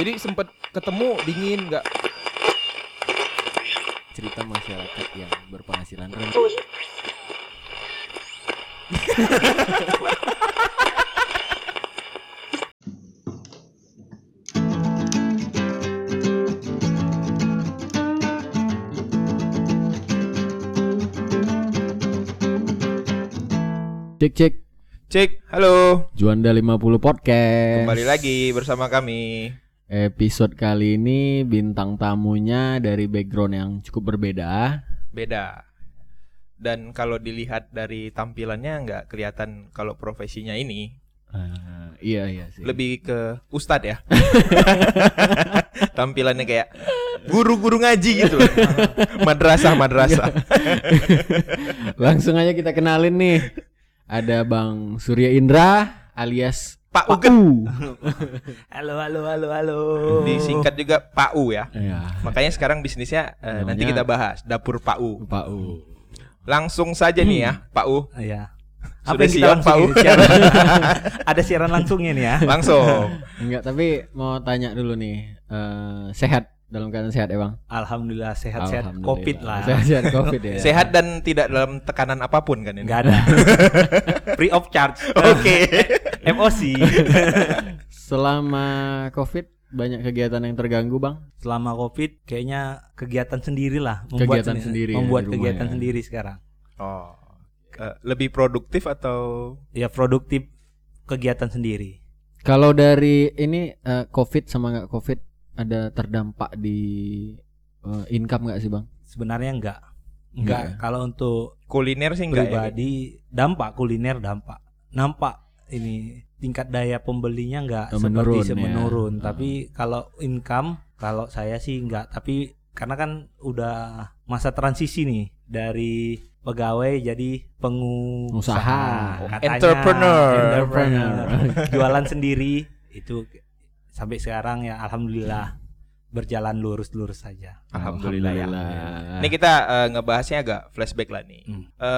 Jadi sempet ketemu dingin nggak? Cerita masyarakat yang berpenghasilan rendah. Cek. Cek, halo. Juanda 50 Podcast. Kembali lagi bersama kami. Episode kali ini bintang tamunya dari background yang cukup berbeda. Beda. Dan kalau dilihat dari tampilannya nggak kelihatan kalau profesinya ini. Iya sih. Lebih ke ustadz ya. Tampilannya kayak guru-guru ngaji gitu. Madrasah. Langsung aja kita kenalin nih. Ada Bang Surya Indra alias Pak U. Halo. Disingkat juga Pak U ya. Iya. Makanya sekarang bisnisnya nanti kita bahas Dapur Pak U. Pak U. Langsung saja nih ya Pak U. Iya. Sudah siap Pak U? Ada siaran langsungnya nih ya. Langsung. Enggak, tapi mau tanya dulu nih. Sehat, dalam keadaan sehat ya Bang? Alhamdulillah sehat-sehat. Alhamdulillah. Covid lah. Sehat Covid ya. Sehat dan tidak dalam tekanan apapun kan ini. Enggak ada. Free of charge. Oke. MOC. Selama Covid banyak kegiatan yang terganggu Bang? Selama Covid kayaknya kegiatan sendiri lah. Kegiatan sendiri ya, membuat di rumah kegiatan ya. sendiri sekarang. Oh. Lebih produktif atau Ya produktif kegiatan sendiri. Kalau dari ini Covid sama nggak Covid ada terdampak di income nggak sih Bang? Sebenarnya enggak. Enggak ya? Kalau untuk kuliner sih enggak ya? pribadi dampak kuliner nampak ini tingkat daya pembelinya enggak Menurun, seperti ya. menurun. Tapi kalau income kalau saya sih enggak. Tapi karena kan udah masa transisi nih dari pegawai jadi pengusaha, katanya. Entrepreneur. Jualan sendiri itu sampai sekarang ya alhamdulillah berjalan lurus-lurus saja. Alhamdulillah ya. Ini kita ngebahasnya agak flashback lah nih.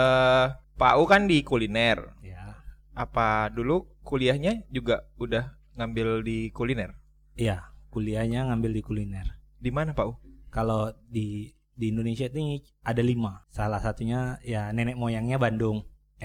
Pak U kan di kuliner. Ya. Apa dulu kuliahnya juga udah ngambil di kuliner? Iya, kuliahnya ngambil di kuliner. Di mana Pak U? Kalau di Indonesia ini ada 5. Salah satunya ya nenek moyangnya Bandung.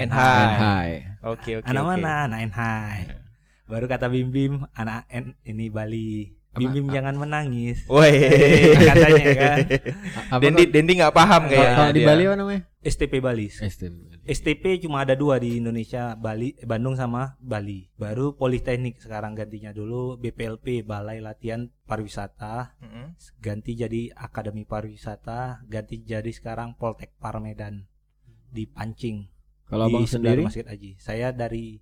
Hai. Oke. Anak mana? Anak Enhai. Baru kata Bim anak ini Bali. Bim jangan menangis. Woi. Katanya kan. Dendi nggak paham kayaknya. Kalau di dia. Bali apa namanya? STP Bali. STP cuma ada 2 di Indonesia, Bandung sama Bali. Baru Politeknik sekarang gantinya, dulu BPLP, Balai Latihan Pariwisata. Ganti jadi Akademi Pariwisata, ganti jadi sekarang Poltek Parmedan di Pancing. Kalau Bang sendiri? Masjid Aji. Saya dari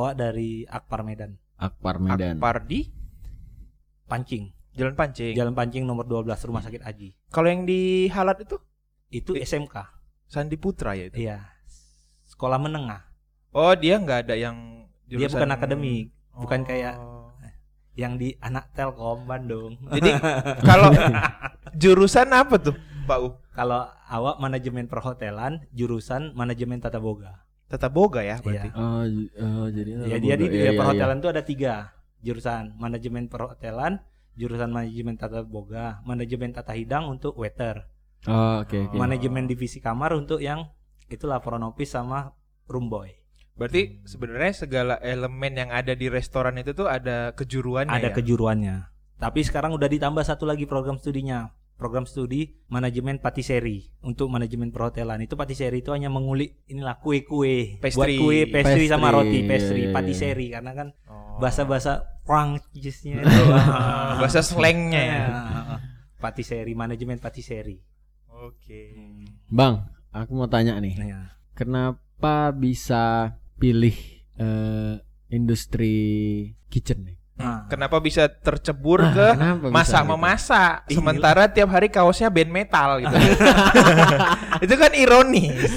Akpar Medan. Akpar Medan. Akpar di Pancing. Jalan Pancing nomor 12 Rumah Sakit Aji. Kalau yang di Halat Itu SMK. Sandi Putra ya itu? Iya. Sekolah menengah. Oh, dia nggak ada yang jurusan... Dia bukan akademik, bukan kayak yang di anak Telkom Bandung. Jadi kalau jurusan apa tuh, Pak U? Kalau awak manajemen perhotelan, jurusan manajemen tata boga. Tata boga ya berarti. Iya. Jadi perhotelan itu ada 3 jurusan: manajemen perhotelan, jurusan manajemen tata boga, manajemen tata hidang untuk waiter. Oke. Manajemen divisi kamar untuk yang itulah front office sama room boy. Berarti sebenarnya segala elemen yang ada di restoran itu tuh ada kejuruannya. Ada ya? kejuruannya. Tapi sekarang udah ditambah satu lagi program studinya. Program studi manajemen patisserie untuk manajemen perhotelan. Itu patisserie itu hanya mengulik inilah kue-kue, buat kue, pastry sama roti, patisserie karena kan bahasa-bahasa Prancisnya itu. Bahasa slangnya ya. Patisserie, manajemen patisserie. Oke. Bang, aku mau tanya nih. Nah, Kenapa bisa pilih industri kitchen nih? Kenapa bisa tercebur ke masak-memasak gitu? sementara tiap hari kaosnya band metal gitu. Itu kan ironis.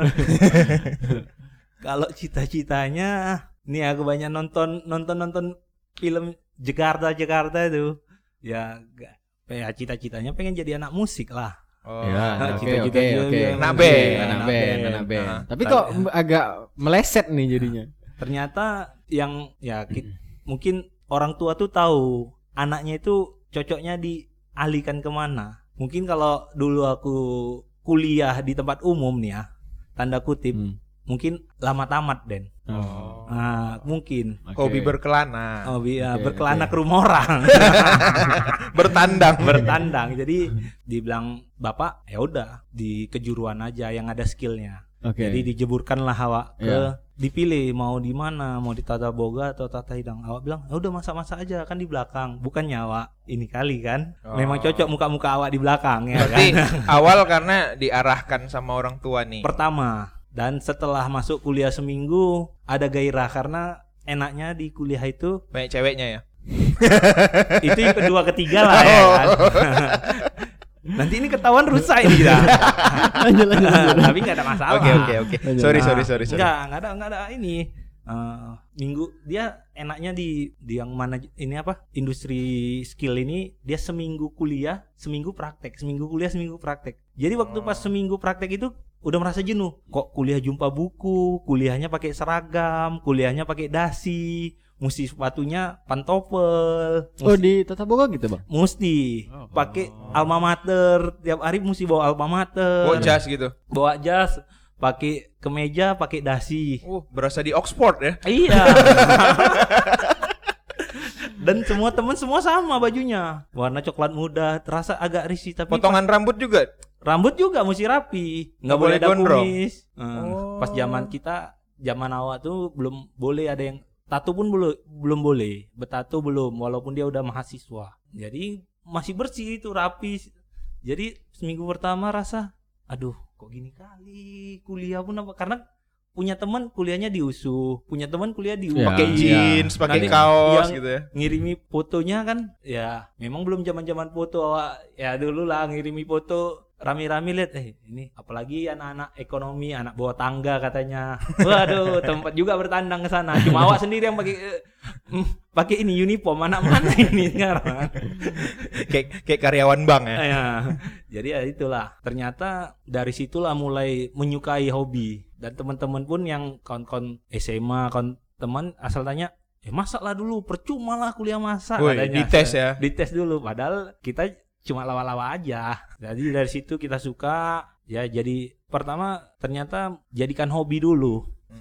Kalau cita-citanya nih aku banyak nonton film Jakarta itu. Ya cita-citanya pengen jadi anak musik lah. Oke. Anak band. Tapi kok agak meleset nih jadinya. Ternyata yang mungkin orang tua tuh tahu anaknya itu cocoknya dialihkan kemana. Mungkin kalau dulu aku kuliah di tempat umum nih ya, tanda kutip, mungkin lama tamat Den. Mungkin hobi berkelana. Berkelana ke rumah orang. bertandang. Jadi dibilang bapak, ya udah di kejuruan aja yang ada skillnya. Jadi dijeburkanlah awak ke dipilih mau di mana, mau di Tata Boga atau Tata Hidang. Awak bilang, ya udah masak-masak aja kan di belakang. Bukannya awak ini kali kan. Memang cocok muka-muka awak di belakang ya. Berarti kan. awal karena diarahkan sama orang tua nih. Pertama, dan setelah masuk kuliah seminggu ada gairah karena enaknya di kuliah itu banyak ceweknya ya. Itu yang kedua ketiga lah ya kan. Nanti ini ketahuan rusak ini kita. Tapi nggak ada masalah. Oke. Sorry. Nggak ada ini. Minggu dia enaknya di yang mana ini apa? Industri skill ini dia seminggu kuliah, seminggu praktek, seminggu kuliah, seminggu praktek. Jadi waktu pas seminggu praktek itu udah merasa jenuh. Kok kuliah jumpa buku, kuliahnya pakai seragam, kuliahnya pakai dasi. Mesti sepatunya pantofel. Di Tata Boga gitu bang? Mesti pakai alma mater, tiap hari mesti bawa alma mater. Bawa jas gitu. Bawa jas, pakai kemeja, pakai dasi. Berasa di Oxford ya? Iya. Dan semua teman semua sama bajunya, warna coklat muda, terasa agak risih tapi. Potongan rambut juga. Rambut juga mesti rapi, nggak boleh ada gondrong. kumis. Pas zaman awal tuh belum boleh ada yang tato pun belum boleh, bertato belum, walaupun dia udah mahasiswa. Jadi masih bersih itu rapi. Jadi seminggu pertama rasa, aduh kok gini kali kuliah pun apa? Karena punya teman kuliahnya di USU, punya teman kuliah di UU, pakai jeans, pakai kaos gitu ya. Ngirimi fotonya kan, ya memang belum zaman foto ya dulu lah ngirimi foto. Rame-rame lihat ini apalagi anak-anak ekonomi, anak bawah tangga katanya. Waduh, tempat juga bertandang ke sana. Cuma awak sendiri yang pakai ini uniform, anak mana ini sekarang. kayak karyawan bank ya. Jadi ya itulah. Ternyata dari situlah mulai menyukai hobi. Dan teman-teman pun yang kawan-kawan SMA, kawan teman asal tanya, masaklah dulu, percuma lah kuliah masak katanya. Dites ya. Dites dulu, padahal kita cuma lawa-lawa aja. Jadi dari situ kita suka ya. Jadi pertama ternyata jadikan hobi dulu.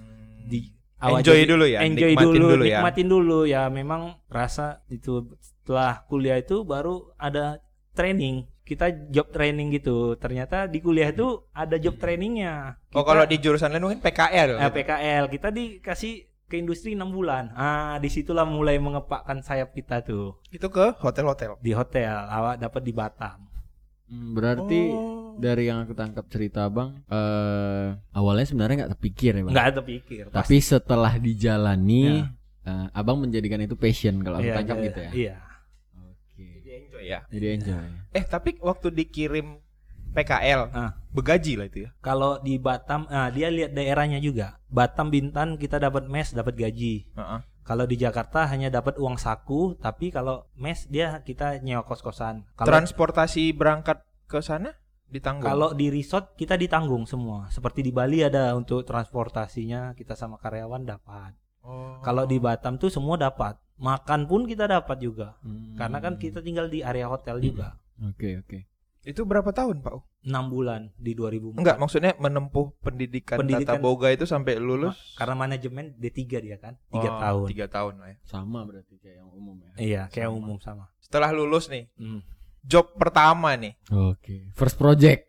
Enjoy dulu ya. Nikmatin dulu ya. Memang rasa itu setelah kuliah itu baru ada training. Kita job training gitu. Ternyata di kuliah itu ada job trainingnya. Kalau di jurusan lain mungkin PKL. PKL kita dikasih ke industri 6 bulan. Disitulah mulai mengepakkan sayap kita tuh. Itu ke hotel-hotel. Di hotel, awak dapat di Batam. Berarti dari yang aku tangkap cerita abang, awalnya sebenarnya nggak terpikir ya bang. Nggak terpikir. Tapi setelah dijalani, abang menjadikan itu passion kalau aku tangkap gitu ya. Iya. Oke. Jadi enjoy ya. Jadi enjoy. Tapi waktu dikirim PKL, begaji lah itu ya. Kalau di Batam, dia lihat daerahnya juga. Batam, Bintan kita dapat mes, dapat gaji. Kalau di Jakarta hanya dapat uang saku, tapi kalau mes kita nyewa kos-kosan. Transportasi berangkat ke sana ditanggung. Kalau di resort kita ditanggung semua. Seperti di Bali ada untuk transportasinya, kita sama karyawan dapat. Kalau di Batam tuh semua dapat. Makan pun kita dapat juga. Karena kan kita tinggal di area hotel juga. Oke. Itu berapa tahun Pak? 6 bulan di 2004. Enggak, maksudnya menempuh pendidikan Tata Boga itu sampai lulus. Karena manajemen D3 dia kan, 3 tahun. 3 tahun lah ya. Sama berarti kayak yang umum ya. Iya, kayak umum sama. Setelah lulus nih, job pertama nih. Oke. First project.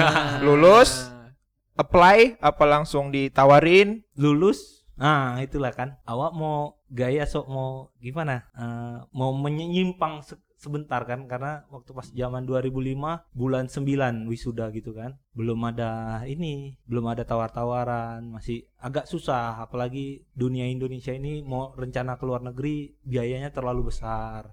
Lulus, apply, apa langsung ditawarin? Lulus, itulah kan. Awak mau gaya mau gimana? Mau menyimpang sebentar kan, karena waktu pas zaman 2005 bulan 9 wisuda gitu kan, belum ada tawar-tawaran, masih agak susah, apalagi dunia Indonesia ini mau rencana ke luar negeri biayanya terlalu besar.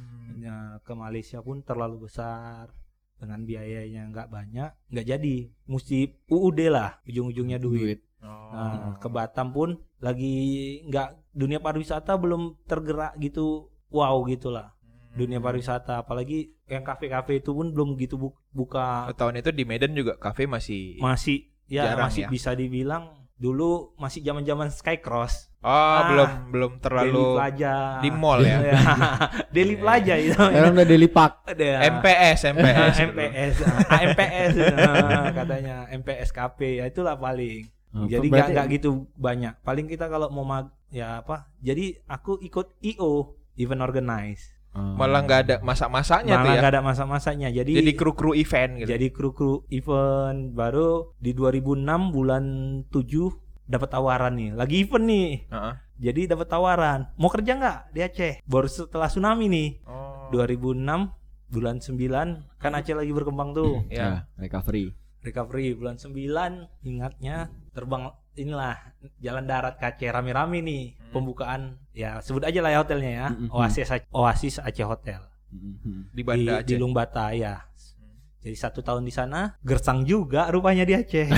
Ke Malaysia pun terlalu besar, dengan biayanya nggak banyak, nggak jadi, mesti UUD lah, ujung-ujungnya duit. Ke Batam pun lagi nggak, dunia pariwisata belum tergerak gitu, wow gitulah. Dunia pariwisata, apalagi yang kafe-kafe itu pun belum gitu buka. Tahun itu di Medan juga kafe masih jarang, ya? Bisa dibilang dulu masih zaman-zaman Skycross. belum terlalu Deli Plaza di mall ya. Deli Plaza itu. Sekarang udah Deli Park. MPS MPS MPS katanya MPS Cafe ya itulah paling. Jadi nggak gitu banyak. Paling kita kalau mau jadi aku ikut IO, event organize. Malah nggak ada masak-masaknya tuh ya. Nggak ada masak-masaknya. Jadi kru event gitu. Jadi kru event baru di 2006 bulan 7 dapat tawaran nih. Lagi event nih. Jadi dapat tawaran. Mau kerja nggak di Aceh? Baru setelah tsunami nih. 2006 bulan 9 kan Aceh lagi berkembang tuh. Recovery bulan 9 ingatnya terbang inilah jalan darat ke Aceh rame-rame nih pembukaan ya sebut aja lah ya hotelnya ya Oasis Aceh Hotel di Banda Aceh di Lungbata ya. Jadi 1 tahun di sana gersang juga rupanya di Aceh.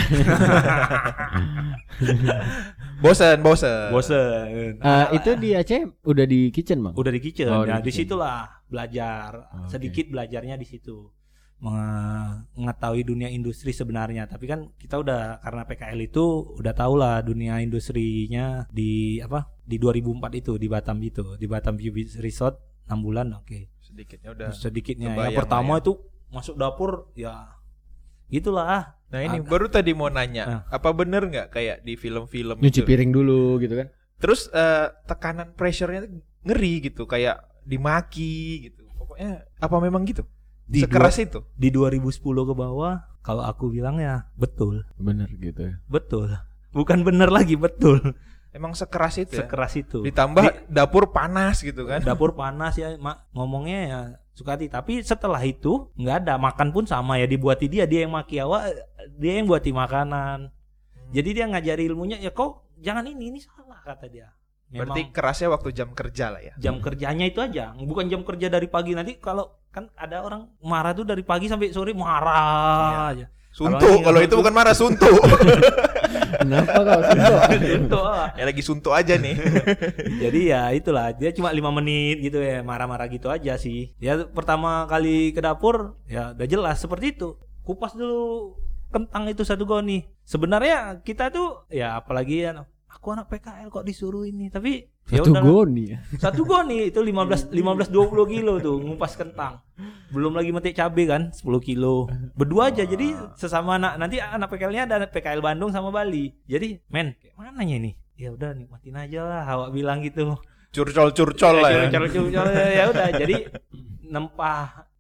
bosen. Itu di Aceh udah di kitchen bang? Udah di kitchen. Ya disitulah belajar sedikit belajarnya di situ. Mengetahui dunia industri sebenarnya, tapi kan kita udah karena PKL itu udah tahu lah dunia industrinya di 2004 itu di Batam View Beach Resort 6 bulan sedikitnya yang pertama itu masuk dapur ya gitulah. Nah ini baru tadi mau nanya apa bener nggak kayak di film-film nyuci piring dulu gitu kan, terus tekanan pressure-nya ngeri gitu kayak dimaki gitu pokoknya apa memang gitu? Sekeras itu di 2010 ke bawah kalau aku bilang ya betul bener gitu ya. Betul bukan bener lagi betul emang sekeras itu ditambah dapur panas gitu kan. Dapur panas ya ngomongnya ya Sukati, tapi setelah itu nggak ada makan pun sama ya dibuati dia yang maki awak, dia yang buati makanan. Jadi dia ngajari ilmunya ya kok jangan ini salah kata dia. Memang berarti kerasnya waktu jam kerja lah ya. Jam kerjanya itu aja, bukan jam kerja dari pagi. Nanti kalau kan ada orang marah tuh dari pagi sampai sore marah aja. Suntuk kalau itu bukan marah suntuk. Kenapa kau suntuk? Ya lagi suntuk aja nih. Jadi ya itulah dia cuma 5 menit gitu ya marah-marah gitu aja sih. Ya pertama kali ke dapur ya udah jelas seperti itu. Kupas dulu kentang itu 1 goni. Sebenarnya kita tuh ya apalagi ya aku anak PKL kok disuruh ini, tapi ya udah 1 goni itu 15-20 kilo tuh ngupas kentang. Belum lagi metik cabe kan 10 kilo. Berdua aja jadi sesama nanti anak PKL-nya ada PKL Bandung sama Bali. Jadi men kayak mananya ini? Ya udah nikmatin aja lah awak bilang gitu. Curcol lah ya. Curcol ya udah jadi nempah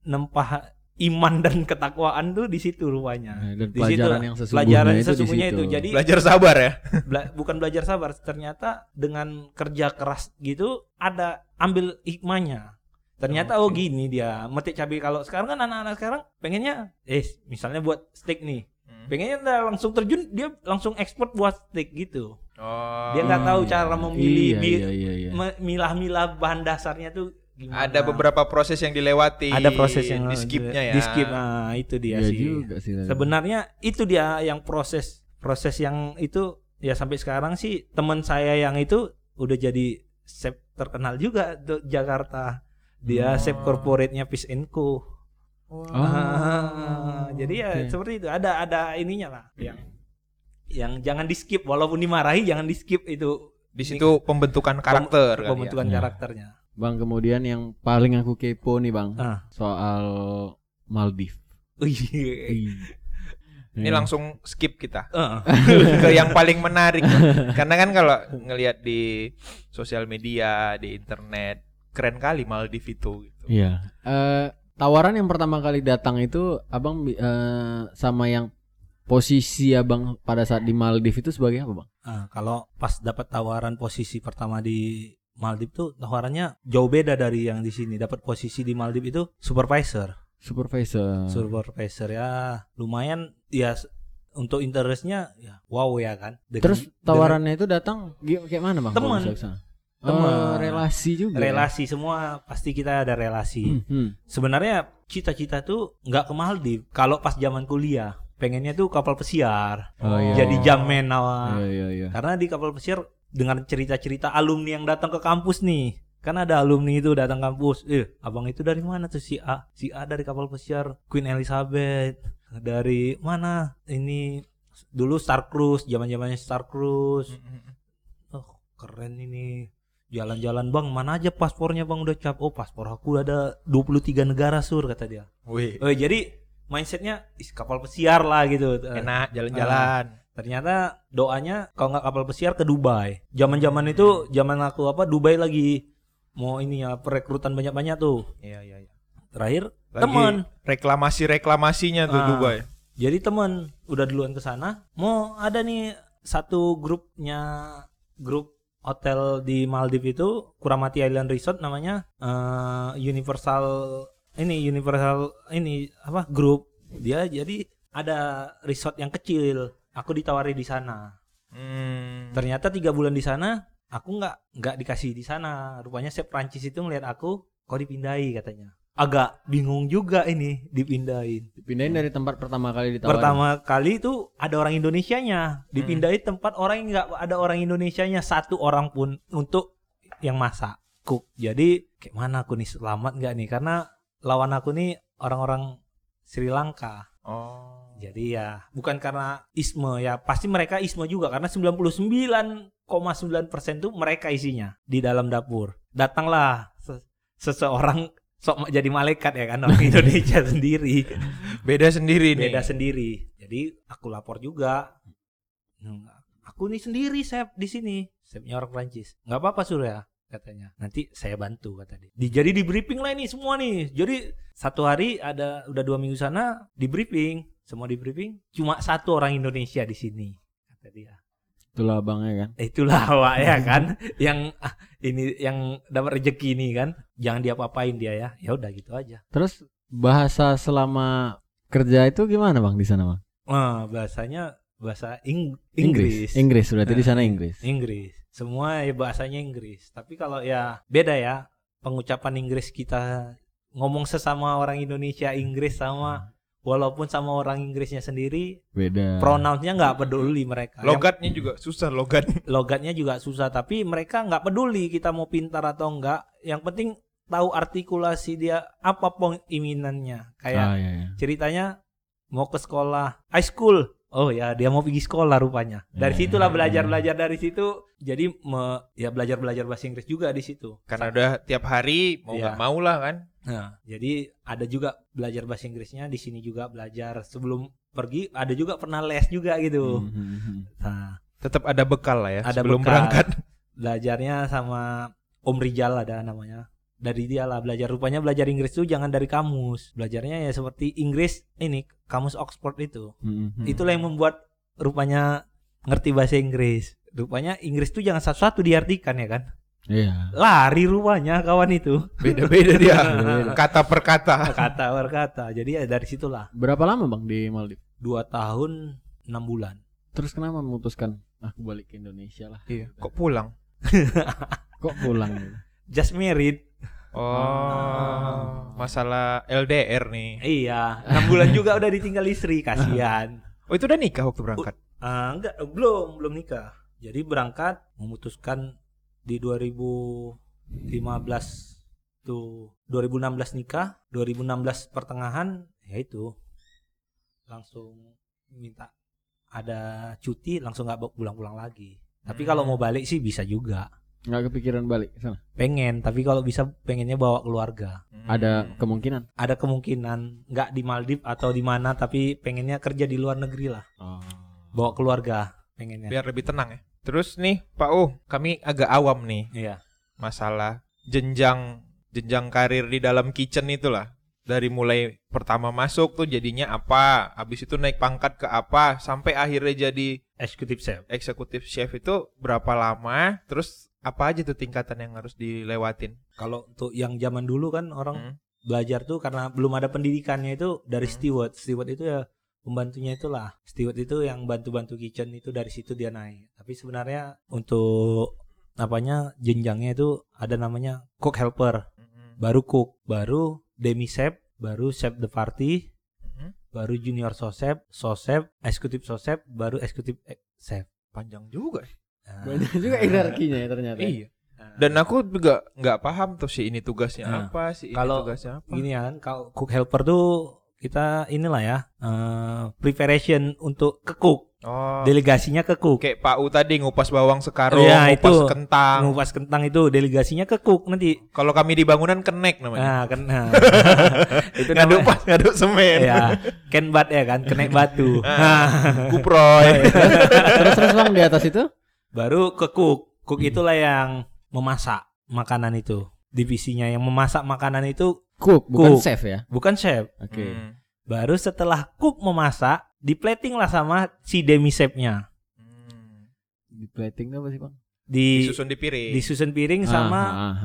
iman dan ketakwaan tuh di situ rupanya. Dan di pelajaran situ, yang sesungguhnya itu. Jadi belajar sabar ya. Bukan belajar sabar, ternyata dengan kerja keras gitu ada ambil hikmahnya. Ternyata gini dia metik cabai. Kalau sekarang kan anak-anak sekarang pengennya misalnya buat steak nih. Pengennya langsung terjun dia langsung ekspor buat steak gitu. Dia nggak tahu cara memilih milah-milah bahan dasarnya tuh gimana? Ada beberapa proses yang dilewati. Ada proses yang di skipnya ya. Di skip, nah itu dia sih. Sebenarnya itu dia yang proses yang itu ya sampai sekarang sih teman saya yang itu udah jadi chef terkenal juga di Jakarta. Dia chef corporate-nya Fish & Co. Jadi ya seperti itu. Ada ininya lah yang jangan di skip walaupun dimarahi jangan di skip itu. Di situ pembentukan karakter pembentukan karakternya. Bang, kemudian yang paling aku kepo nih Bang, soal Maldives. Ini langsung skip kita ke yang paling menarik. Karena kan kalau ngelihat di sosial media, di internet, keren kali Maldives itu. Gitu. Iya. Tawaran yang pertama kali datang itu Abang sama yang posisi Abang pada saat di Maldives itu sebagai apa Bang? Kalau pas dapat tawaran posisi pertama di Maldives tuh tawarannya jauh beda dari yang di sini. Dapat posisi di Maldives itu supervisor ya lumayan ya untuk interestnya ya wow ya kan. Terus tawarannya itu datang kayak mana Bang? Teman relasi juga. Relasi semua pasti kita ada relasi. Sebenarnya cita-cita tuh nggak ke Maldives. Kalau pas zaman kuliah pengennya tuh kapal pesiar. Jadi jamen awak. Karena di kapal pesiar dengan cerita-cerita alumni yang datang ke kampus nih. Kan ada alumni itu datang kampus. Abang itu dari mana tuh si A dari kapal pesiar Queen Elizabeth. Dari mana? Ini dulu Star Cruise, zaman-zamannya Star Cruise. keren ini. Jalan-jalan bang, mana aja paspornya bang udah cap? Oh paspor aku ada 23 negara sur kata dia. Wih. Oh jadi mindsetnya kapal pesiar lah gitu. Enak jalan-jalan. Ternyata doanya kalau nggak kapal pesiar ke Dubai. Zaman itu zaman aku Dubai lagi mau ini ya perekrutan banyak-banyak tuh. Iya. Terakhir Lagi teman reklamasinya tuh Dubai. Jadi teman udah duluan ke sana. Mau ada nih satu grup hotel di Maldives itu Kuramati Island Resort namanya Universal grup. Dia jadi ada resort yang kecil. Aku ditawari di sana. Ternyata 3 bulan di sana aku nggak dikasih di sana. Rupanya chef Prancis itu ngeliat aku, kok dipindahi katanya. Agak bingung juga ini dipindahin dari tempat pertama kali ditawarin. Pertama kali itu ada orang Indonesianya, dipindahin tempat orang yang nggak ada orang Indonesianya, 1 orang pun untuk yang masak cook. Jadi kayak mana aku nih, selamat nggak nih, karena lawan aku nih orang-orang Sri Lanka. Oh. Jadi ya bukan karena isme ya, pasti mereka isme juga karena 99,9% tuh mereka isinya di dalam dapur. Datanglah seseorang sok jadi malaikat ya kan, orang Indonesia sendiri. Beda sendiri. Jadi aku lapor juga. Aku nih sendiri chef di sini. Chefnya orang Prancis. Enggak apa-apa Surya katanya. Nanti saya bantu kata dia. Jadi di briefing lah ini semua nih. Jadi 1 hari udah 2 minggu sana di briefing. Semua di briefing. Cuma 1 orang Indonesia di sini kata dia. Itulah abangnya kan. Itulah awak ya kan. Yang dapat rezeki ini kan. Jangan diapa-apain dia ya. Ya udah gitu aja. Terus bahasa selama kerja itu gimana bang di sana bang? Bahasanya bahasa Inggris. Inggris berarti di sana Inggris. Inggris. Semua ya bahasanya Inggris. Tapi kalau ya beda ya pengucapan Inggris kita, ngomong sesama orang Indonesia Inggris sama walaupun sama orang Inggrisnya sendiri beda. Pronounce-nya nggak peduli mereka. Logatnya juga susah Logatnya juga susah, tapi mereka nggak peduli kita mau pintar atau enggak. Yang penting tahu artikulasi dia apa penginginannya. Kayak ceritanya mau ke sekolah, high school. Oh ya, dia mau pergi sekolah rupanya. Dari situlah belajar dari situ. Jadi belajar bahasa Inggris juga di situ. Karena udah tiap hari mau nggak mau lah kan. Nah, jadi ada juga belajar bahasa Inggrisnya di sini juga belajar. Sebelum pergi ada juga pernah les juga gitu. Nah, tetap ada bekal lah ya ada sebelum bekal. Berangkat. Belajarnya sama Om Rijal ada namanya. Dari dia lah belajar. Rupanya belajar Inggris itu jangan dari kamus. Belajarnya ya seperti Inggris ini, kamus Oxford itu. Itulah yang membuat rupanya ngerti bahasa Inggris. Rupanya Inggris itu jangan satu-satu diartikan ya kan. Iya. Lari rupanya kawan itu. Beda-beda dia. Kata per kata. Jadi ya dari situlah. Berapa lama bang di Maldives? 2 tahun 6 bulan. Terus kenapa memutuskan aku balik ke Indonesia lah? Iya. Kok pulang? Just married. Oh, masalah LDR nih. Iya, 6 bulan juga udah ditinggal istri, kasihan. Oh, itu udah nikah waktu berangkat? Enggak, belum nikah. Jadi berangkat memutuskan di 2015 tuh 2016 nikah, 2016 pertengahan ya itu langsung minta ada cuti, langsung nggak pulang lagi. Tapi kalau mau balik sih bisa juga. Nggak kepikiran balik ke sana? Pengen, tapi kalau bisa pengennya bawa keluarga. Ada kemungkinan? Ada kemungkinan, nggak di Maldives atau di mana, tapi pengennya kerja di luar negeri lah. Bawa keluarga pengennya. Biar lebih tenang ya. Terus nih Pak kami agak awam nih. Iya. Masalah jenjang karir di dalam kitchen itulah. Dari mulai pertama masuk tuh jadinya apa, habis itu naik pangkat ke apa, sampai akhirnya jadi eksekutif chef itu berapa lama, terus apa aja tuh tingkatan yang harus dilewatin? Kalau untuk yang zaman dulu kan orang belajar tuh karena belum ada pendidikannya itu dari steward itu ya pembantunya itulah. Steward itu yang bantu-bantu kitchen itu dari situ dia naik. Tapi sebenarnya untuk jenjangnya itu ada namanya cook helper, baru cook, baru demi chef, baru chef de partie, baru junior sous-chef, eksekutif sous-chef, baru eksekutif chef. Panjang juga. Banyak juga hierarkinya ya ternyata. Iya. Dan aku juga nggak paham tuh si ini tugasnya apa, si ini tugasnya apa. Gini kan, kalau cook helper tuh kita inilah ya preparation untuk ke cook. Oh. Delegasinya ke cook. Kayak Pak U tadi ngupas bawang sekarung, Ya, ngupas itu. kentang. Ngupas kentang itu delegasinya ke cook nanti. Kalau kami di bangunan kenek namanya. Nah, kena. Itu Ngaduk namanya. ngaduk semen. Ya, kenbat ya kan, kenek batu. Kuproy. Terus Bang di atas itu? Baru ke cook. Cook itulah yang memasak makanan itu. Divisinya yang memasak makanan itu Cook, bukan Cook. chef ya. bukan chef. Oke. Baru setelah cook memasak, di-plating lah sama si demi chefnya. Di plating apa sih Bang? Disusun di piring. Disusun piring sama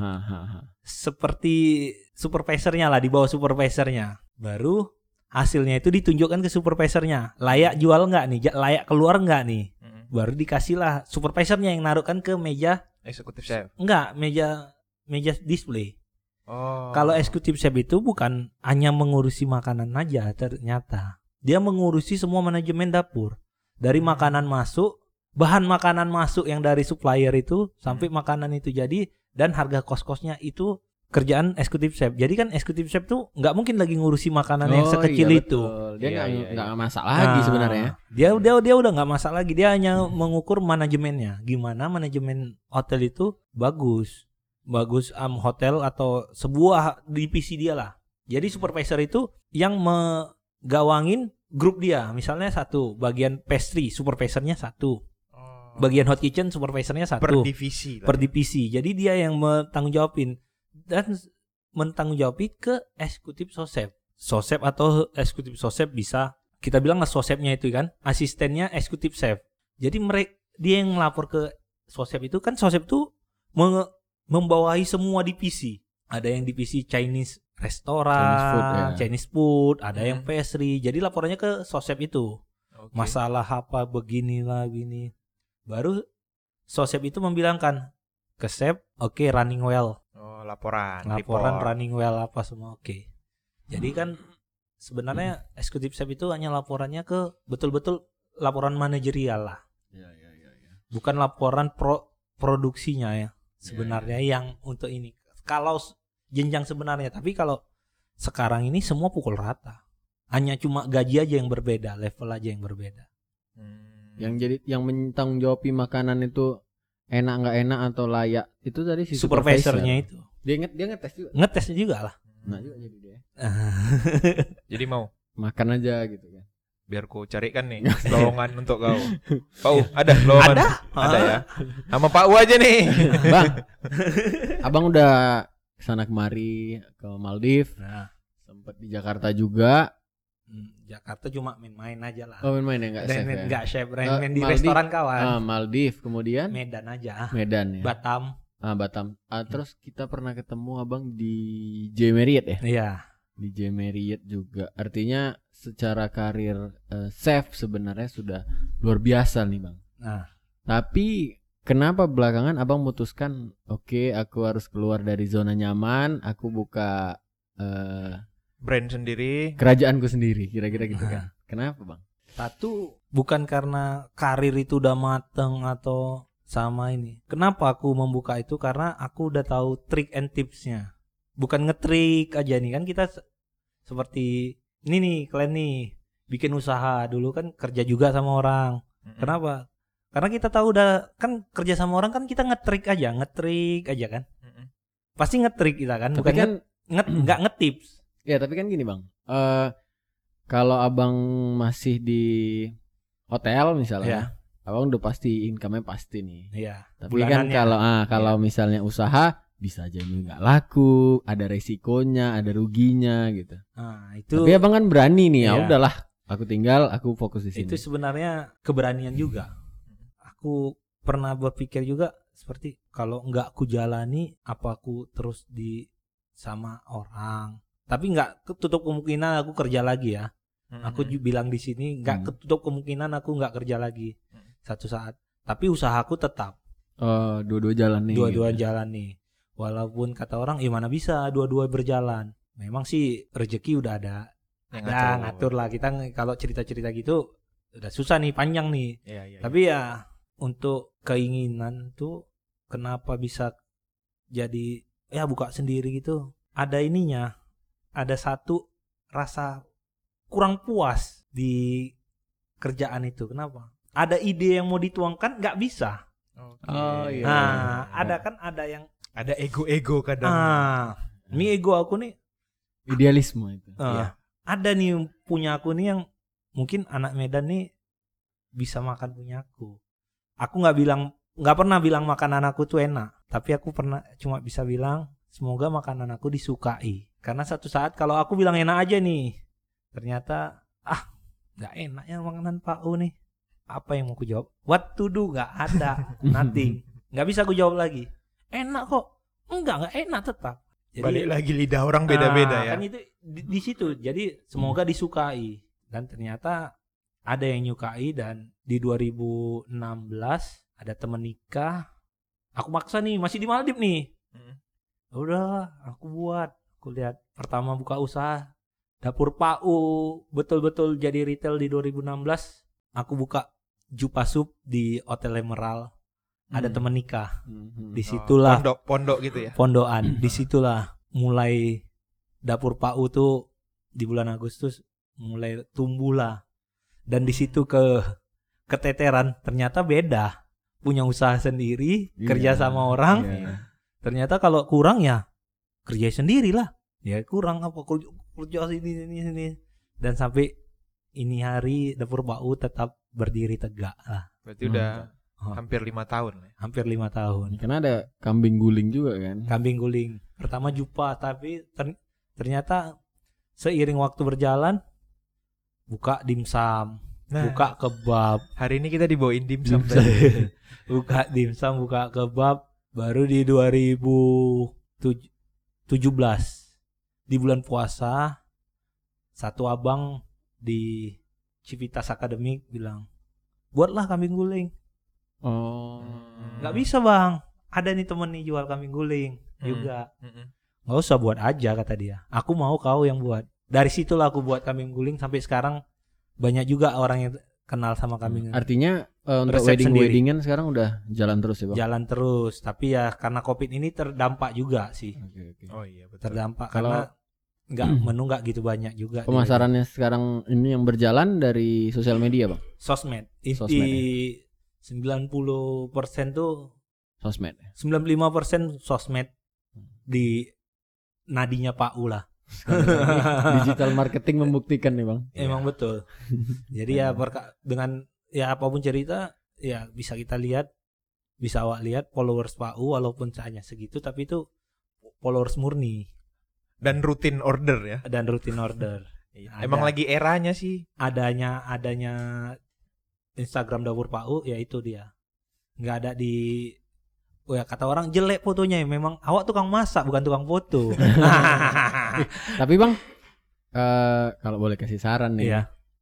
seperti supervisornya lah, di bawah supervisornya. Baru hasilnya itu ditunjukkan ke supervisornya. Layak jual nggak nih? Layak keluar nggak nih? Baru dikasih lah supervisornya yang naruhkan ke meja. Eksekutif chef. Enggak, meja display. Oh. Kalau eksekutif chef itu bukan hanya mengurusi makanan aja ternyata. Dia mengurusi semua manajemen dapur. Dari makanan masuk, bahan makanan masuk yang dari supplier itu sampai makanan itu jadi, dan harga kos-kosnya itu kerjaan eksekutif chef. Jadi kan eksekutif chef tuh nggak mungkin lagi ngurusi makanan yang sekecil iya, itu. betul. Dia nggak Iya. masak lagi sebenarnya. Dia udah nggak masak lagi. Dia hanya mengukur manajemennya. Gimana manajemen hotel itu bagus hotel atau sebuah divisi dia lah. Jadi supervisor itu yang megawangin grup dia. Misalnya satu bagian pastry, supervisornya satu. Bagian hot kitchen, supervisornya satu. Per divisi. Jadi dia yang bertanggung jawabin dan mentanggung jawabin ke eksekutif sosep. Sosep atau eksekutif sosep bisa kita bilang lah sosepnya itu kan, asistennya eksekutif chef. Jadi dia yang melapor ke sosep itu kan, sosep itu membawahi semua divisi. Ada yang divisi Chinese restoran, Chinese food, ada yang pastry. Jadi laporannya ke sosep itu. Okay. Masalah apa beginilah gini. Baru sosep itu membilangkan ke chef, oke, running well. Oh, laporan report. Running well apa semua oke. Jadi kan sebenarnya eksekutif chef itu hanya laporannya ke betul-betul laporan manajerial lah. Ya. Bukan laporan produksinya ya. Sebenarnya yang untuk ini kalau jenjang sebenarnya, tapi kalau sekarang ini semua pukul rata, hanya cuma gaji aja yang berbeda, level aja yang berbeda. Yang mentanggung jawabi makanan itu enak nggak enak atau layak itu tadi si supervisornya itu dia ngetes juga lah. Nah juga jadi dia. Jadi mau makan aja gitu kan. Biar ku carikan nih lowongan untuk kau. Pak U, ada lowongan? Ada ya. Sama Pak U aja nih. Bang. Abang udah kesana kemari ke Maldives. Nah, sempat di Jakarta juga. Jakarta cuma main-main aja lah. Oh, main-main ya, enggak chef ya? Enggak chef, main di restoran kawan. Maldives, kemudian Medan aja. Medan ya. Batam. Terus kita pernah ketemu Abang di J Marriott ya? Iya. Di J Marriott juga. Artinya secara karir chef sebenarnya sudah luar biasa nih Bang. Nah, tapi kenapa belakangan Abang memutuskan oke, aku harus keluar dari zona nyaman, aku buka brand sendiri, kerajaanku sendiri, kira-kira gitu kan. Kenapa Bang? Satu, bukan karena karir itu udah mateng atau sama ini. Kenapa aku membuka itu? Karena aku udah tahu trik and tipsnya. Bukan ngetrik aja nih, kan kita seperti ini nih, kalian nih bikin usaha dulu kan kerja juga sama orang. Kenapa? Karena kita tahu udah kan kerja sama orang kan kita ngetrik aja kan. Pasti ngetrik kita kan, bukan kan nggak ngetips. Ya tapi kan gini Bang, kalau Abang masih di hotel misalnya, Abang udah pasti income-nya pasti nih. Iya. Tapi kan kalau misalnya usaha bisa aja nggak laku, ada resikonya, ada ruginya gitu. Nah, itu. Tapi Abang kan berani nih, ya udahlah, aku tinggal, aku fokus di sini. Itu sebenarnya keberanian juga. Aku pernah berpikir juga seperti kalau nggak aku jalani, apa aku terus di sama orang. Tapi nggak ketutup kemungkinan aku kerja lagi ya. Aku bilang di sini nggak ketutup kemungkinan aku nggak kerja lagi satu saat. Tapi usahaku tetap. Dua-dua jalan nih. Dua-dua jalan nih. Walaupun kata orang, mana bisa dua-dua berjalan. Memang sih rezeki udah ada. Ngatur lah. Kita kalau cerita-cerita gitu udah susah nih, panjang nih. Tapi ya untuk keinginan tuh kenapa bisa jadi buka sendiri gitu. Ada ininya. Ada satu rasa kurang puas di kerjaan itu. Kenapa? Ada ide yang mau dituangkan nggak bisa. Oh iya. Nah, ada yang ada ego-ego kadang. Ini ego aku nih. Idealisme itu. Iya. Ada nih punya aku nih yang mungkin anak Medan nih bisa makan punya aku. Aku nggak pernah bilang makanan aku tuh enak, tapi aku cuma bisa bilang semoga makanan aku disukai. Karena satu saat kalau aku bilang enak aja nih, ternyata nggak enak ya makanan Pak U nih. Apa yang mau aku jawab? What to do? Nggak ada, nothing. Nggak bisa aku jawab lagi. Enak kok? Nggak enak tetap. Jadi, balik lagi lidah orang beda-beda ya. Kan itu di situ. Jadi semoga disukai. Dan ternyata ada yang nyukai, dan di 2016 ada temen nikah. Aku maksa nih, masih di Maldives nih. Udah, aku buat. Aku lihat pertama buka usaha dapur Pak U, betul-betul jadi retail di 2016. Aku buka Jupa Sup di Hotel Emerald. Ada temen nikah. Disitulah pondok gitu ya. Pondokan. Disitulah mulai dapur Pak U tuh di bulan Agustus mulai tumbuh lah. Dan di situ keteteran, ternyata beda. Punya usaha sendiri, kerja sama orang. Ternyata kalau kurang ya kerja sendirilah. Ya kurang apa kerja sini. Dan sampai ini hari dapur Pak U tetap berdiri tegak lah. Berarti udah hampir 5 tahun lah. Hampir 5 tahun. Karena ada kambing guling juga kan. Kambing guling. Pertama Jupa, tapi ternyata seiring waktu berjalan buka dimsum, buka kebab. Hari ini kita dibawain dimsum. Buka dimsum, buka kebab baru di 2017. Di bulan puasa satu abang di Civitas Academic bilang, "Buatlah kambing guling." Nggak bisa bang, ada nih temen nih jual kambing guling juga. Nggak usah buat aja kata dia. Aku mau kau yang buat. Dari situlah aku buat kambing guling sampai sekarang banyak juga orang yang kenal sama kambing. Artinya untuk weddingan sekarang udah jalan terus ya bang? Jalan terus, tapi ya karena COVID ini terdampak juga sih. Okay. Oh iya betul. Terdampak karena menu nggak gitu banyak juga. Pemasarannya sekarang ini yang berjalan dari sosial media bang? Sosmed. Sosmed 90% tuh sosmed. 95% sosmed di nadinya Pak U lah. Digital marketing membuktikan nih bang. Emang betul. Jadi ya dengan ya apapun cerita ya bisa kita lihat, bisa awak lihat followers Pak U walaupun hanya segitu, tapi itu followers murni dan rutin order ya. Dan rutin order. Emang lagi eranya sih. Adanya Instagram dapur Pak U ya itu dia. Nggak ada di kata orang jelek fotonya ya. Memang awak tukang masak bukan tukang foto. Tapi bang, kalau boleh kasih saran nih,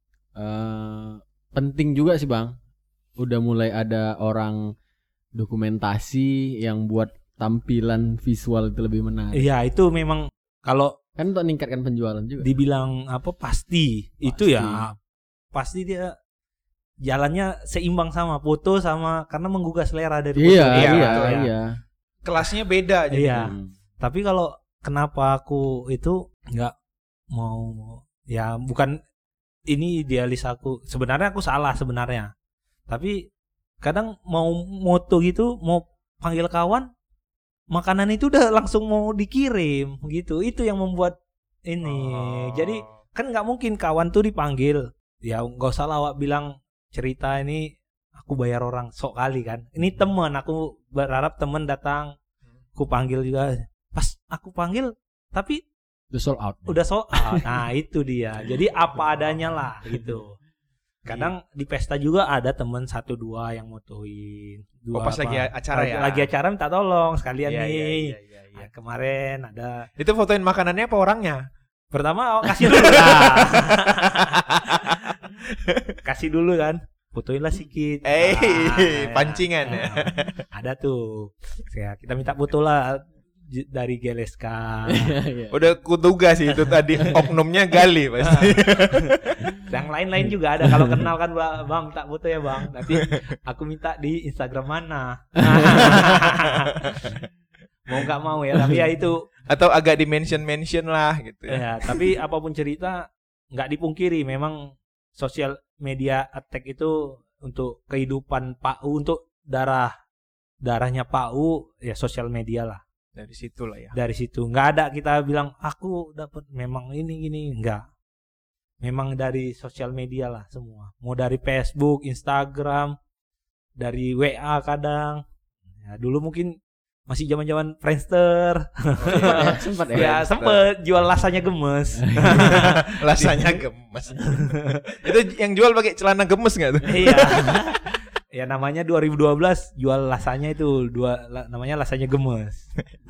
penting juga sih bang. Udah mulai ada orang dokumentasi yang buat tampilan visual itu lebih menarik. Iya itu memang kalau kan untuk meningkatkan penjualan juga. Dibilang apa pasti itu ya pasti dia jalannya seimbang sama foto sama karena menggugah selera dari foto. Iya. Kelasnya beda jadi. Iya. Tapi kalau kenapa aku itu nggak mau ya bukan ini idealis aku. Sebenarnya aku salah sebenarnya. Tapi kadang mau moto gitu, mau panggil kawan, makanan itu udah langsung mau dikirim gitu. Itu yang membuat ini. Jadi kan nggak mungkin kawan tuh dipanggil. Ya nggak usah lawak bilang cerita ini aku bayar orang sok kali kan. Ini teman, aku berharap teman datang. Aku panggil juga. Pas aku panggil tapi udah sold out. Nah, itu dia. Jadi apa adanya lah gitu. Kadang di pesta juga ada teman 1-2 yang motoin. Pas lagi acara ya. Lagi acara minta tolong sekalian nih. Iya. Nah, kemarin ada. Itu fotoin makanannya apa orangnya? Pertama kasih dulu lah. Kasih dulu kan. Fotoinlah sedikit. Pancingan ya. Ada tuh. Ya, kita minta foto lah dari GLSK. Udah kutuga sih itu tadi oknumnya gali pasti. Yang lain-lain juga ada. Kalau kenal kan bang minta foto ya bang. Nanti aku minta di Instagram mana. Mau nggak mau ya. Tapi ya itu. Atau agak di mention lah gitu ya. Tapi apapun cerita nggak dipungkiri memang sosial media attack itu untuk kehidupan PAU, untuk darahnya PAU ya sosial media lah. Dari situ lah ya. Dari situ nggak ada kita bilang aku dapat memang ini nggak. Memang dari sosial media lah semua. Mau dari Facebook, Instagram, dari WA kadang. Ya, dulu mungkin masih zaman-zaman Friendster. Sempat Ya, sempet jual lasanya gemes. Rasanya gemes. Itu yang jual pakai celana gemes nggak tuh? Iya. Ya namanya 2012 jual lasanya itu namanya lasanya gemes.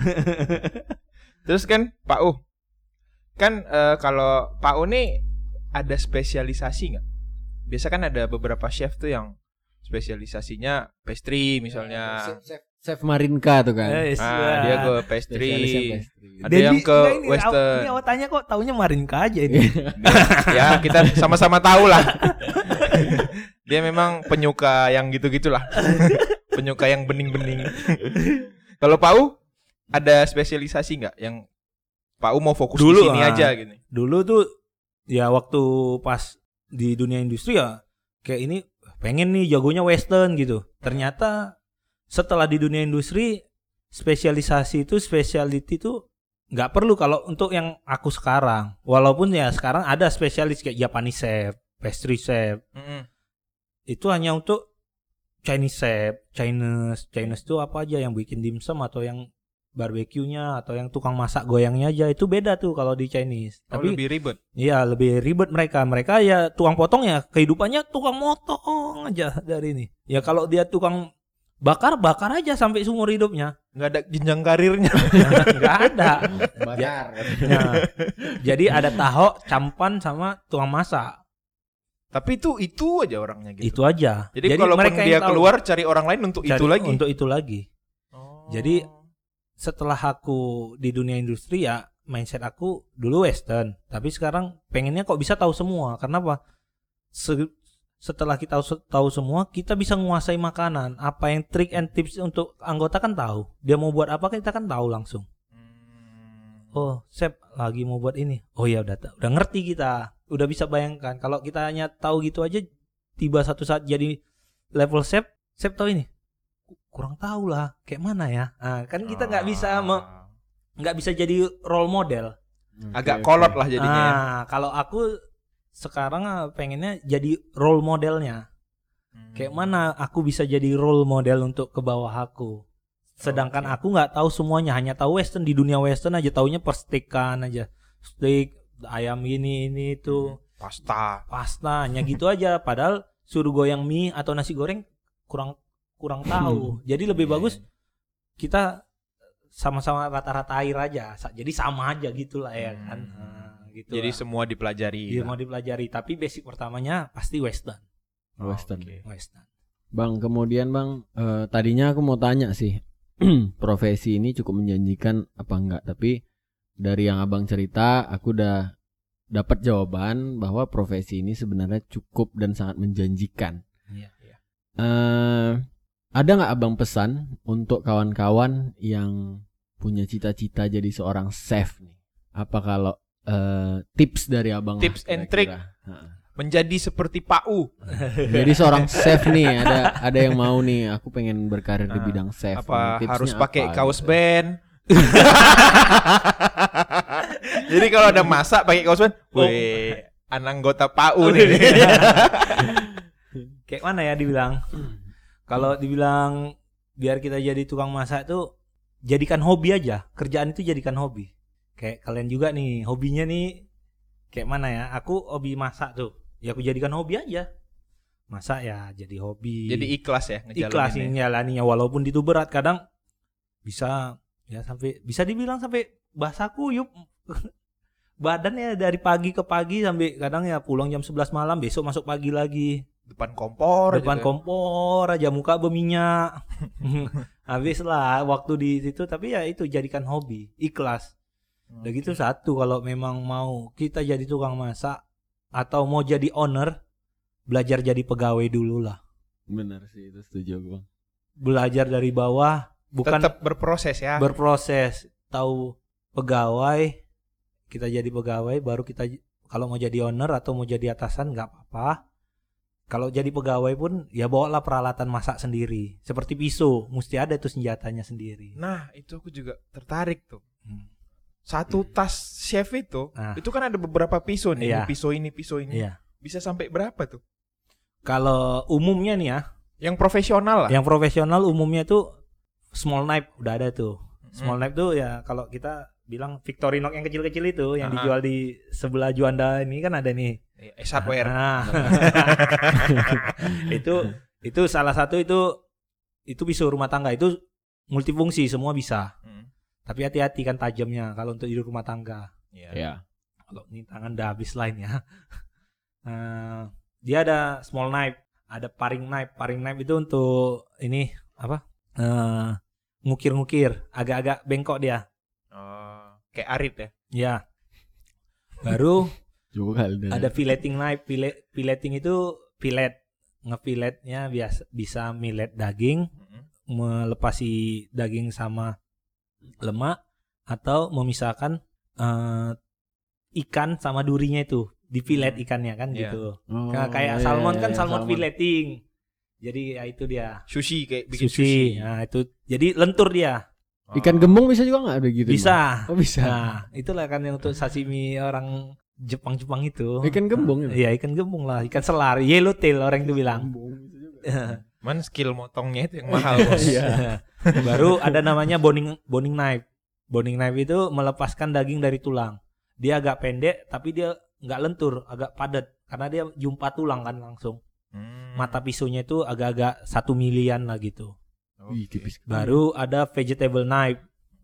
Terus kan Pak U, kan kalau Pak U nih ada spesialisasi nggak? Biasa kan ada beberapa chef tuh yang spesialisasinya pastry misalnya. Chef Marinka tuh kan. Dia ke pastry. Ada Pastry. yang ke western. Ini awak tanya kok taunya Marinka aja ini. Ya kita sama-sama tahu lah. Dia memang penyuka yang gitu-gitulah. Penyuka yang bening-bening. Kalau Pak U ada spesialisasi nggak yang Pak U mau fokus di sini aja gini? Dulu tuh ya waktu pas di dunia industri ya kayak ini pengen nih jagonya western gitu. Ternyata setelah di dunia industri spesialisasi itu specialty itu nggak perlu kalau untuk yang aku sekarang. Walaupun ya sekarang ada spesialis kayak Japanese chef, pastry chef. Itu hanya untuk Chinese chef, Chinese itu apa aja yang bikin dimsum atau yang barbeque-nya atau yang tukang masak goyangnya aja itu beda tuh kalau di Chinese. Tapi lebih ribet. Iya, lebih ribet mereka. Mereka ya tukang potong ya kehidupannya tukang motong aja dari ini. Ya kalau dia tukang bakar aja sampai seumur hidupnya. Nggak ada jenjang karirnya. Nggak ada. Bakar. Nah, jadi ada taho, campan sama tukang masak. Tapi itu aja orangnya gitu. Itu aja. Jadi kalau dia keluar cari orang lain untuk itu lagi. Untuk itu lagi. Jadi setelah aku di dunia industri ya mindset aku dulu western, tapi sekarang pengennya kok bisa tahu semua. Karena apa? Setelah kita tahu semua, kita bisa menguasai makanan. Apa yang trick and tips untuk anggota kan tahu. Dia mau buat apa kita kan tahu langsung. Oh, chef lagi mau buat ini. Oh ya udah ngerti kita. Udah bisa bayangkan kalau kita hanya tahu gitu aja, tiba satu saat jadi level chef tahu ini. Kurang tahu lah kayak mana ya. Nah, kan kita nggak bisa jadi role model. Agak kolot lah jadinya. Kalau aku sekarang pengennya jadi role modelnya. Kayak mana aku bisa jadi role model untuk ke bawah aku. Sedangkan aku nggak tahu semuanya, hanya tahu western. Di dunia western aja taunya perstekan aja, steak, ayam ini itu, pasta hanya gitu aja. Padahal suruh goyang mie atau nasi goreng kurang tahu. Jadi lebih bagus kita sama-sama rata-rata air aja. Jadi sama aja gitulah ya kan. Gitu jadi lah. Semua dipelajari. Semua dipelajari, tapi basic pertamanya pasti western. Western. Western. Bang, kemudian Bang, tadinya aku mau tanya sih, profesi ini cukup menjanjikan apa enggak? Tapi dari yang Abang cerita, aku udah dapat jawaban bahwa profesi ini sebenarnya cukup dan sangat menjanjikan. Iya. Ada nggak Abang pesan untuk kawan-kawan yang punya cita-cita jadi seorang chef nih? Apa kalau tips dari Abang? Tips and trick menjadi seperti Pak U. Jadi seorang chef nih, ada yang mau nih, aku pengen berkarir di bidang chef. Apa nih, harus pakai apa, kaos gitu? band? Jadi kalau ada masak pakai kaos band, weh, anggota Pak U nih. Kayak mana ya dibilang? Kalau dibilang biar kita jadi tukang masak tuh jadikan hobi aja. Kerjaan itu jadikan hobi. Kayak kalian juga nih, hobinya nih kayak mana ya? Aku hobi masak tuh. Ya aku jadikan hobi aja. Masak ya jadi hobi. Jadi ikhlas ya ngejalaninnya. Ikhlas ngejalaninnya walaupun itu berat, kadang bisa ya sampai bisa dibilang sampai basaku yuk. Badannya dari pagi ke pagi sampai kadang ya pulang jam 11 malam, besok masuk pagi lagi. Depan kompor Aja muka berminyak. Habis lah waktu di situ, tapi ya itu jadikan hobi, ikhlas. Udah gitu satu, kalau memang mau kita jadi tukang masak atau mau jadi owner, belajar jadi pegawai dulu lah. Benar sih, itu setuju Bang. Belajar dari bawah, bukan tetap berproses ya. Berproses, tahu pegawai, kita jadi pegawai baru kita Kalau mau jadi owner atau mau jadi atasan nggak apa-apa. Kalau jadi pegawai pun ya bawalah peralatan masak sendiri. Seperti pisau, mesti ada tuh senjatanya sendiri. Nah, itu aku juga tertarik tuh. Satu tas chef itu kan ada beberapa pisau nih. Iya. Pisau ini. Iya. Bisa sampai berapa tuh? Kalau umumnya nih ya, Yang profesional lah. yang profesional umumnya tuh small knife udah ada tuh. Small knife tuh ya kalau kita bilang Victorinox yang kecil-kecil itu yang dijual di sebelah Juanda ini kan ada nih. Hardware. Nah. itu salah satu itu pisau rumah tangga itu multifungsi semua bisa. Tapi hati-hati kan tajamnya kalau untuk di rumah tangga. Ya. Kalau ini tangan udah habis lain ya. Dia ada small knife, ada paring knife. Paring knife itu untuk ini apa? Ngukir-ngukir, agak-agak bengkok dia. Oh, kayak arit ya. Ya. Baru Juga ada filleting knife. Filleting itu fillet. Ngefiletnya bisa millet daging, melepasi daging sama lemak atau memisahkan ikan sama durinya itu. Difilet ikannya kan gitu. Kayak salmon kan salmon filleting. Jadi ya itu dia. Sushi kayak bikin Sushi. Nah, itu jadi lentur dia. Ikan gembong bisa juga nggak ada gitu? Bisa. Oh bisa. Nah, itulah kan yang untuk sashimi orang Jepang itu. Ikan gembong ya? Iya, ikan gembong lah, ikan selar, yellowtail orang itu bilang. Man skill motongnya itu yang mahal, Bos. Baru ada namanya boning knife. Boning knife itu melepaskan daging dari tulang. Dia agak pendek tapi dia nggak lentur, agak padat karena dia jumpa tulang kan langsung. Mata pisaunya itu agak-agak 1 milian lah gitu. Tipis. Baru ada vegetable knife.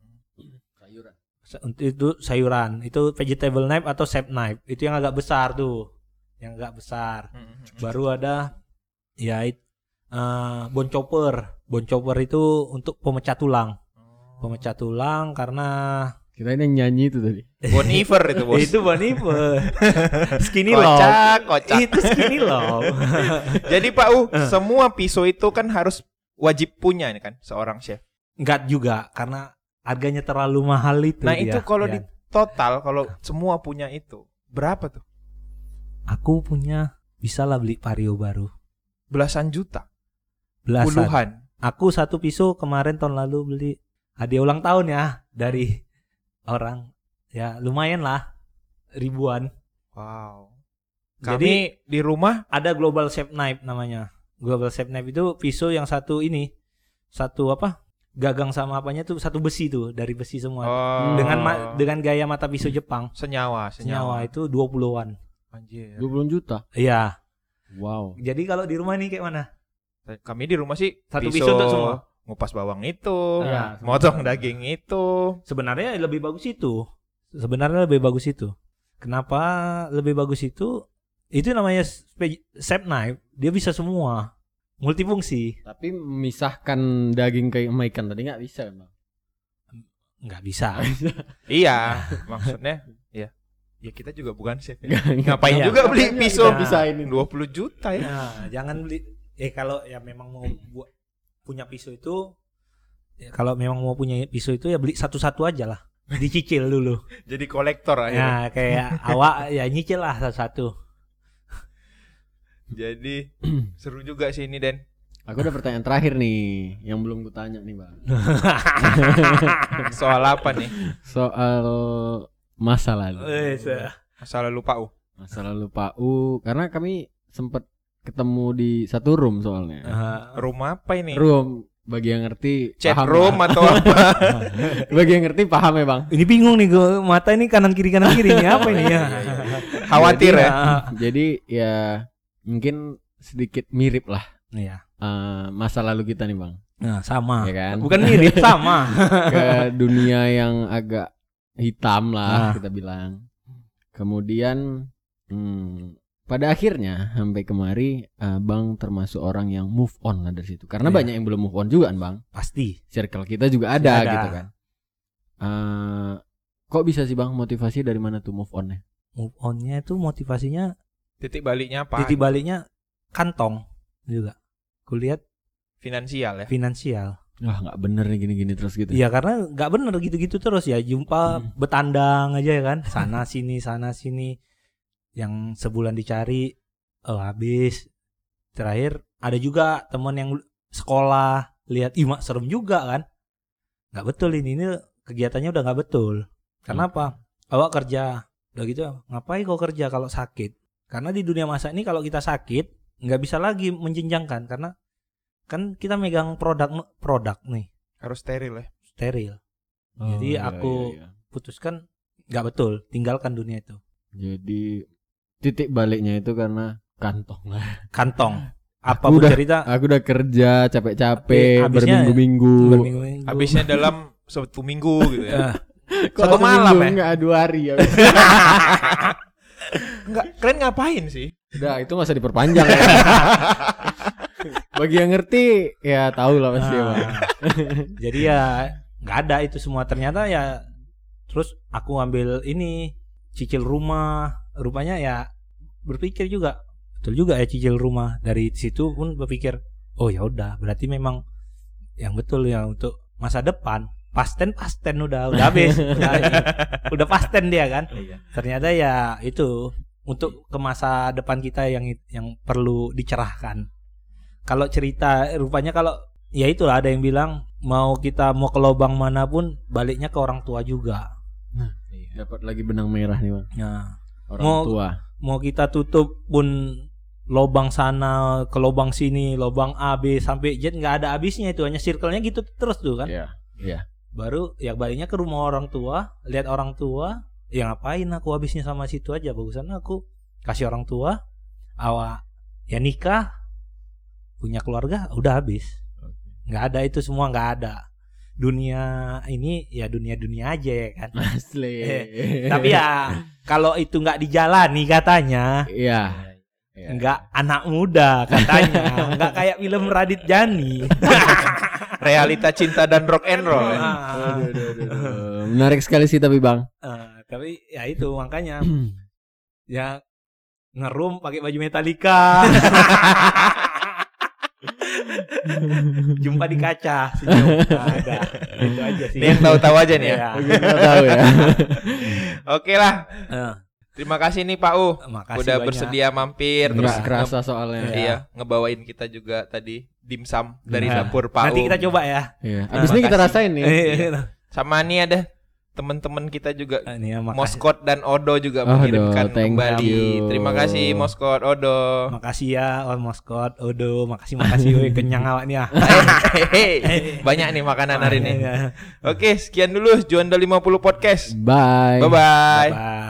Itu sayuran. Itu vegetable knife atau chef knife. Itu yang agak besar tuh. Yang agak besar. Baru ada ya bone chopper. Bone chopper itu untuk pemecah tulang. Pemecah tulang karena Kita ini yang nyanyi itu tadi. Boniver itu, Bos. itu Boniver. Skinny love. Kocak. Itu skinny love. Jadi Pak semua pisau itu kan harus wajib punya kan seorang chef. Enggak juga karena harganya terlalu mahal itu. Nah, dia. itu kalau di total kalau semua punya itu berapa tuh? Aku punya bisa lah beli Vario baru. Belasan juta. Belasan. Puluhan. Aku satu pisau kemarin tahun lalu beli hadiah ulang tahun ya dari orang. Ya lumayan lah, ribuan. Wow. Jadi Kami di rumah ada Global Chef Knife namanya. Global Chef Knife itu pisau yang satu ini. Satu apa? Gagang sama apanya tuh satu besi tuh, dari besi semua. Dengan gaya mata pisau Jepang. Senyawa Itu 20-an. Anjir. 20 juta. Iya. Wow. Jadi kalau di rumah nih kayak mana? Kami di rumah sih Satu pisau untuk semua. Ngupas bawang itu, Ya, motong daging itu. Sebenarnya lebih bagus itu. Kenapa lebih bagus itu? Itu namanya chef knife. Dia bisa semua. Multifungsi. Tapi memisahkan daging kayak sama ikan tadi nggak bisa kan, Bang? Nggak bisa. Iya, maksudnya ya kita juga bukan chef ya. Ngapain Ngapain juga beli pisau bisa ini 20 juta ya. Nah, jangan beli. Kalau ya memang mau punya pisau itu, ya kalau memang mau punya pisau itu ya beli satu-satu aja lah. Dicicil dulu. Jadi kolektor aja. Nah, kayak awak ya nyicil lah satu-satu. Jadi seru juga sih ini, Den. Aku ada pertanyaan terakhir nih yang belum kutanya nih, Bang. Soal apa nih? Soal masa lalu. Masa lalu Pak U. Masa lalu Pak U, karena kami sempat ketemu di satu room soalnya. Rumah apa ini? Room, bagi yang ngerti Chat paham room lah. atau apa? Bagi yang ngerti paham ya, Bang. Ini bingung nih gue, mata ini kanan kiri ini apa ini ya? Khawatir ya. Jadi ya mungkin sedikit mirip lah Iya. masa lalu kita nih, Bang. Nah, sama. Ya kan? Bukan mirip, sama. Ke dunia yang agak hitam lah kita bilang. Kemudian pada akhirnya sampai kemari Bang termasuk orang yang move on lah dari situ. Karena banyak yang belum move on juga kan, Bang. Pasti. Circle kita juga ada gitu kan. Kok bisa sih, Bang, motivasi dari mana tuh move on-nya? Move on-nya itu motivasinya Titik baliknya apa? titik baliknya kantong juga. Kulihat Finansial ya. finansial. Wah, nggak bener nih gini-gini terus gitu. Iya, karena nggak bener gitu-gitu terus ya. Jumpa betandang aja ya kan. Sana sini. yang sebulan dicari habis. Terakhir ada juga teman yang sekolah lihat mak serem juga kan, nggak betul ini kegiatannya udah nggak betul. Karena apa? Awak kerja udah gitu, ngapain kau kerja kalau sakit? Karena di dunia masak ini kalau kita sakit nggak bisa lagi menjenjangkan, karena kan kita megang produk nih Harus steril ya. steril. Jadi aku putuskan nggak betul, tinggalkan dunia itu. Jadi titik baliknya itu karena kantong. Apapun cerita. Aku udah kerja capek-capek Habisnya berminggu-minggu. Habisnya dalam 1 minggu gitu ya. Kok 1 malam ya? Enggak 2 hari ya. Enggak, kalian ngapain sih? Udah itu gak usah diperpanjang ya. Bagi yang ngerti ya tahu lah pasti ya, Bang. Jadi ya nggak ada itu semua, ternyata ya. Terus aku ngambil ini cicil rumah, rupanya ya berpikir juga betul juga ya cicil rumah. Dari situ pun berpikir oh ya udah berarti memang yang betul ya untuk masa depan. Pasten udah habis, udah pasten dia kan. Ternyata ya itu untuk ke masa depan kita yang perlu dicerahkan. Kalau cerita rupanya kalau ya itulah ada yang bilang mau ke lubang manapun baliknya ke orang tua juga. Dapat lagi benang merah nih, Bang. Nah, Orang tua. Mau kita tutup pun lubang sana ke lubang sini, lubang A B sampai Z nggak ada habisnya, itu hanya circle-nya gitu terus tuh kan. Iya. Baru ya baliknya ke rumah orang tua, lihat orang tua, ya ngapain aku habisnya sama situ aja, bagusan aku kasih orang tua, awak ya nikah, punya keluarga, udah habis. Nggak ada itu semua, nggak ada. Dunia ini ya dunia aja ya kan. Asli. Tapi ya kalau itu nggak dijalani katanya, Iya. nggak anak muda katanya, nggak kayak film Radit Jani. Realita cinta dan rock and roll. Menarik sekali sih tapi, Bang. Tapi ya itu makanya ya ngerum pakai baju Metallica. Jumpa di kaca senyum. Ada. Itu aja sih. Ini yang tahu-tahu aja nih ya. Tahu ya. Oke lah. Terima kasih nih Pak U. Makasih udah banyak. bersedia mampir. Nggak kerasa soalnya. Iya, ngebawain kita juga tadi dimsum dari dapur Pak U. Nanti kita coba ya. Iya. Abis ini kita rasain nih. Sama nih ada teman-teman kita juga, Ini ya, makasih. Moskot dan Odo juga Odo, mengirimkan thank kembali. you. Terima kasih Moskot, Odo. Makasih ya Moskot, Odo, makasih woi, kenyang awak nih ya. Banyak nih makanan hari ini. Oke, sekian dulu Juanda 50 Podcast. Bye. Bye-bye. Bye.